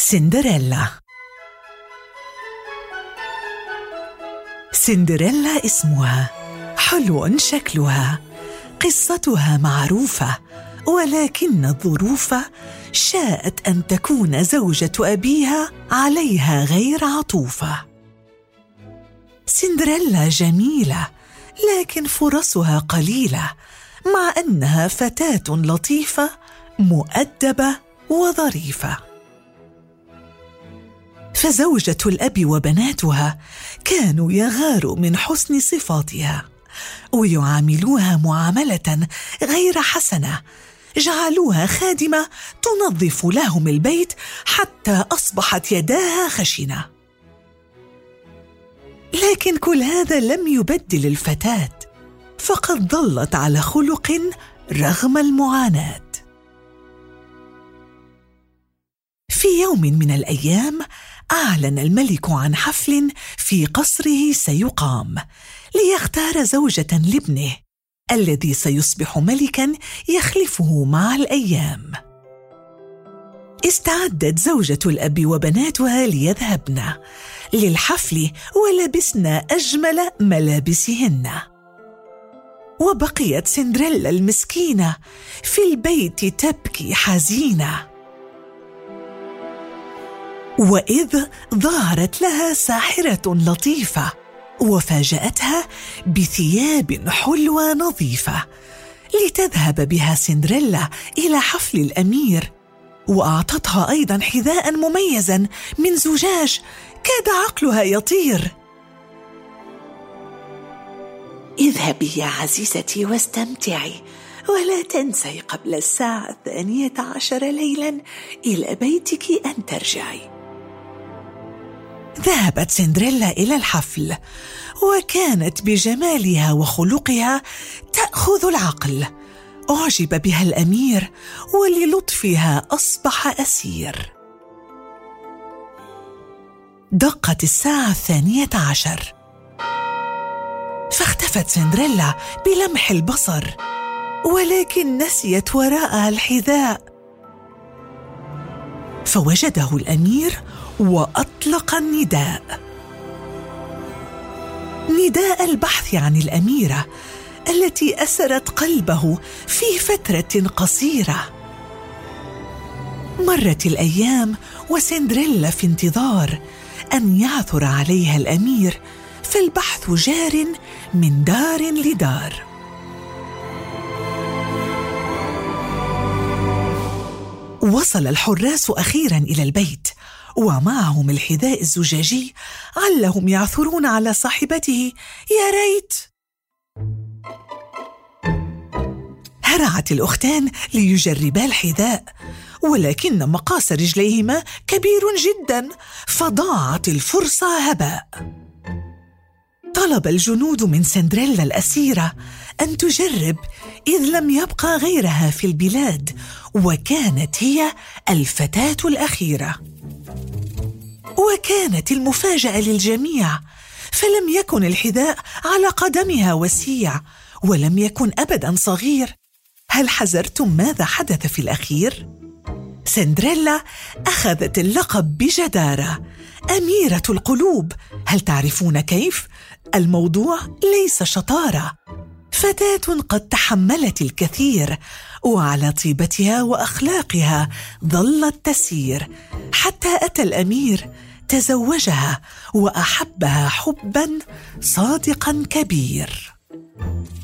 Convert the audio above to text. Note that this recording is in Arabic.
سندريلا. سندريلا اسمها، حلو شكلها، قصتها معروفة، ولكن الظروف شاءت أن تكون زوجة أبيها عليها غير عطوفة. سندريلا جميلة، لكن فرصها قليلة، مع أنها فتاة لطيفة مؤدبة وظريفة. فزوجة الأب وبناتها كانوا يغاروا من حسن صفاتها ويعاملوها معاملة غير حسنة، جعلوها خادمة تنظف لهم البيت حتى أصبحت يداها خشنة. لكن كل هذا لم يبدل الفتاة، فقد ظلت على خلق رغم المعاناة. في يوم من الأيام أعلن الملك عن حفل في قصره سيقام ليختار زوجة لابنه الذي سيصبح ملكاً يخلفه مع الأيام. استعدت زوجة الأب وبناتها ليذهبن للحفل ولبسن أجمل ملابسهن، وبقيت سندريلا المسكينة في البيت تبكي حزينة. وإذ ظهرت لها ساحرة لطيفة وفاجأتها بثياب حلوة نظيفة لتذهب بها سندريلا إلى حفل الأمير، وأعطتها أيضا حذاء مميزا من زجاج كاد عقلها يطير. اذهبي يا عزيزتي واستمتعي، ولا تنسي قبل 12:00 ليلا إلى بيتك أن ترجعي. ذهبت سندريلا إلى الحفل، وكانت بجمالها وخلقها تأخذ العقل. أعجب بها الأمير، وللطفها أصبح أسير. دقت 12:00 فاختفت سندريلا بلمح البصر، ولكن نسيت وراءها الحذاء. فوجده الأمير وأطلق النداء، نداء البحث عن الأميرة التي أسرت قلبه في فترة قصيرة. مرت الأيام وسندريلا في انتظار أن يعثر عليها الأمير، فالبحث جار من دار لدار. وصل الحراس أخيراً إلى البيت ومعهم الحذاء الزجاجي علهم يعثرون على صاحبته. يا ريت! هرعت الأختان ليجربا الحذاء، ولكن مقاس رجليهما كبير جداً، فضاعت الفرصة هباء. طلب الجنود من سندريلا الأسيرة أن تجرب، إذ لم يبقى غيرها في البلاد، وكانت هي الفتاة الأخيرة. وكانت المفاجأة للجميع، فلم يكن الحذاء على قدمها وسيع، ولم يكن أبداً صغير. هل حذرتم ماذا حدث في الأخير؟ سندريلا أخذت اللقب بجدارة، أميرة القلوب. هل تعرفون كيف؟ الموضوع ليس شطارة، فتاة قد تحملت الكثير، وعلى طيبتها وأخلاقها ظلت تسير، حتى أتى الأمير تزوجها وأحبها حباً صادقاً كبير.